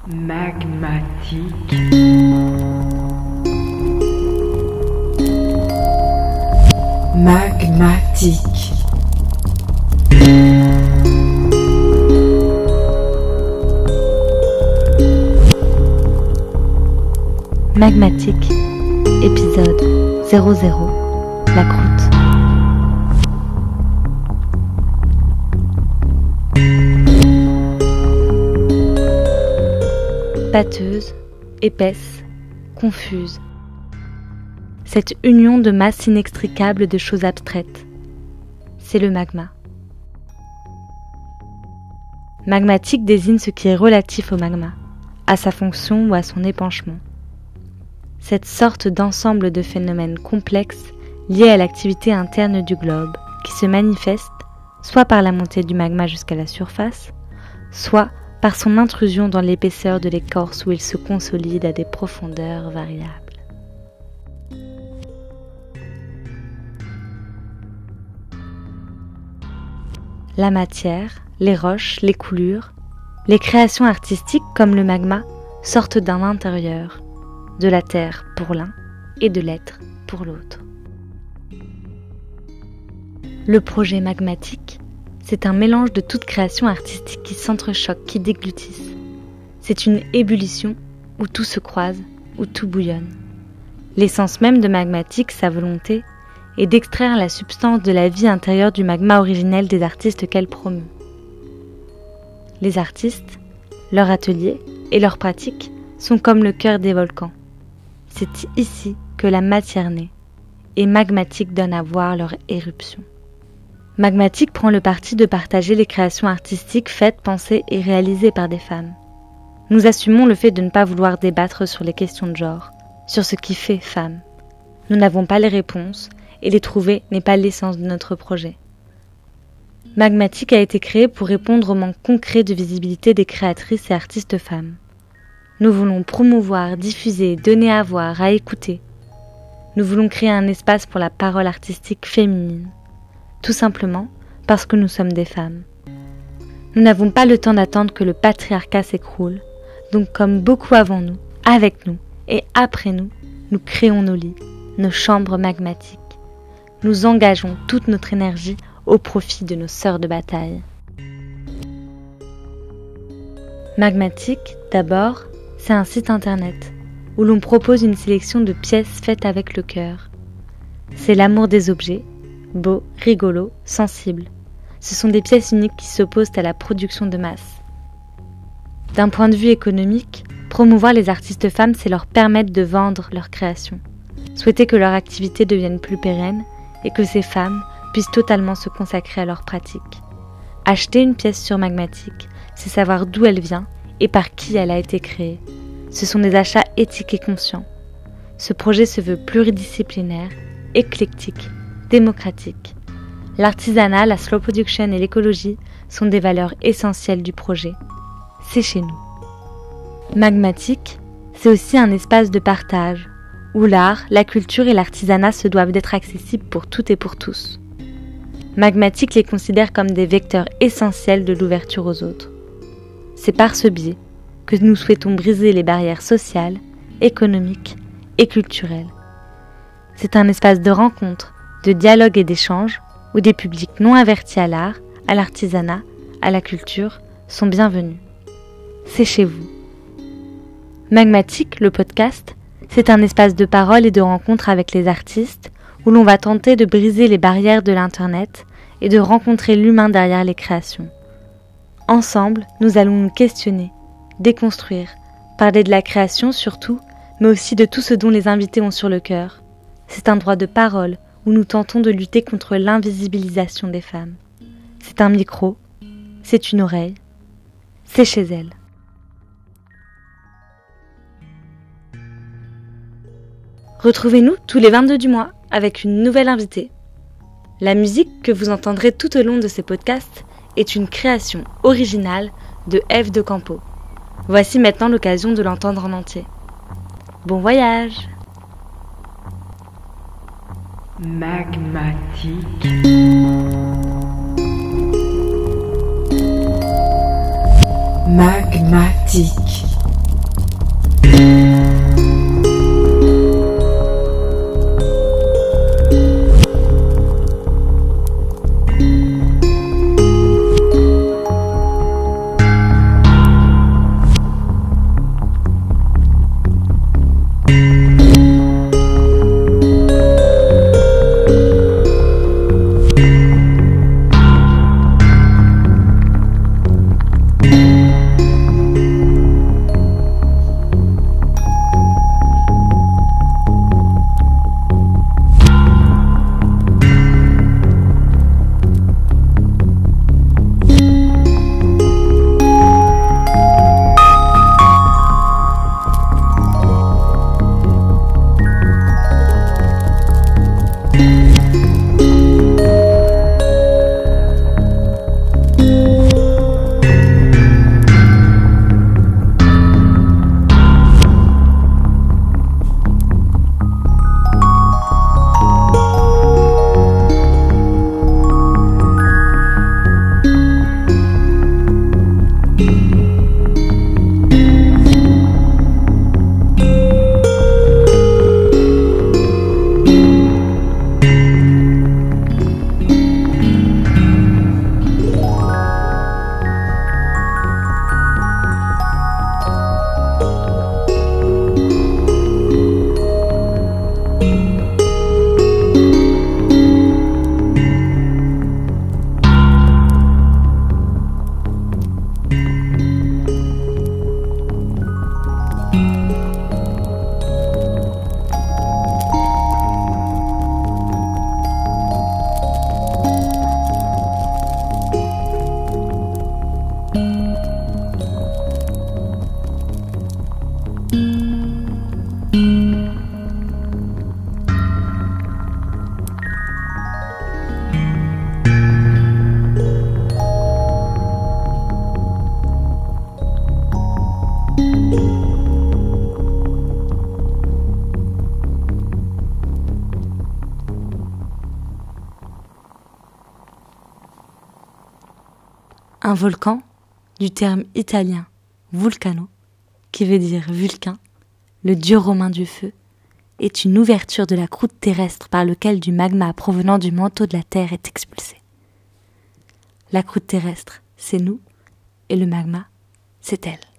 Magmatique. Magmatique. Magmatique, épisode 00, la croûte. Pâteuse, épaisse, confuse. Cette union de masse inextricable de choses abstraites, c'est le magma. Magmatique désigne ce qui est relatif au magma, à sa fonction ou à son épanchement. Cette sorte d'ensemble de phénomènes complexes liés à l'activité interne du globe qui se manifeste soit par la montée du magma jusqu'à la surface, soit par son intrusion dans l'épaisseur de l'écorce où il se consolide à des profondeurs variables. La matière, les roches, les coulures, les créations artistiques comme le magma sortent d'un intérieur, de la terre pour l'un et de l'être pour l'autre. Le projet magmatique, c'est un mélange de toutes créations artistiques qui s'entrechoquent, qui déglutissent. C'est une ébullition où tout se croise, où tout bouillonne. L'essence même de magmatique, sa volonté, est d'extraire la substance de la vie intérieure du magma originel des artistes qu'elle promeut. Les artistes, leur atelier et leurs pratiques sont comme le cœur des volcans. C'est ici que la matière naît, et magmatique donne à voir leur éruption. Magmatique prend le parti de partager les créations artistiques faites, pensées et réalisées par des femmes. Nous assumons le fait de ne pas vouloir débattre sur les questions de genre, sur ce qui fait femme. Nous n'avons pas les réponses, et les trouver n'est pas l'essence de notre projet. Magmatique a été créé pour répondre au manque concret de visibilité des créatrices et artistes femmes. Nous voulons promouvoir, diffuser, donner à voir, à écouter. Nous voulons créer un espace pour la parole artistique féminine. Tout simplement parce que nous sommes des femmes. Nous n'avons pas le temps d'attendre que le patriarcat s'écroule, donc comme beaucoup avant nous, avec nous et après nous, nous créons nos lits, nos chambres magmatiques. Nous engageons toute notre énergie au profit de nos sœurs de bataille. Magmatique, d'abord, c'est un site internet où l'on propose une sélection de pièces faites avec le cœur. C'est l'amour des objets, beaux, rigolos, sensibles. Ce sont des pièces uniques qui s'opposent à la production de masse. D'un point de vue économique, promouvoir les artistes femmes, c'est leur permettre de vendre leurs créations. Souhaiter que leur activité devienne plus pérenne et que ces femmes puissent totalement se consacrer à leur pratique. Acheter une pièce sur Magmatique, c'est savoir d'où elle vient et par qui elle a été créée. Ce sont des achats éthiques et conscients. Ce projet se veut pluridisciplinaire, éclectique, démocratique. L'artisanat, la slow production et l'écologie sont des valeurs essentielles du projet. C'est chez nous. Magmatique, c'est aussi un espace de partage, où l'art, la culture et l'artisanat se doivent d'être accessibles pour toutes et pour tous. Magmatique les considère comme des vecteurs essentiels de l'ouverture aux autres. C'est par ce biais que nous souhaitons briser les barrières sociales, économiques et culturelles. C'est un espace de rencontre, de dialogue et d'échange où des publics non avertis à l'art, à l'artisanat, à la culture sont bienvenus. C'est chez vous. Magmatique, le podcast, c'est un espace de parole et de rencontre avec les artistes où l'on va tenter de briser les barrières de l'Internet et de rencontrer l'humain derrière les créations. Ensemble, nous allons nous questionner, déconstruire, parler de la création surtout, mais aussi de tout ce dont les invités ont sur le cœur. C'est un droit de parole où nous tentons de lutter contre l'invisibilisation des femmes. C'est un micro, c'est une oreille, c'est chez elles. Retrouvez-nous tous les 22 du mois avec une nouvelle invitée. La musique que vous entendrez tout au long de ces podcasts est une création originale de F de Campo. Voici maintenant l'occasion de l'entendre en entier. Bon voyage! Magmatique. Magmatique. Un volcan, du terme italien vulcano, qui veut dire vulcain, le dieu romain du feu, est une ouverture de la croûte terrestre par laquelle du magma provenant du manteau de la Terre est expulsé. La croûte terrestre, c'est nous, et le magma, c'est elle.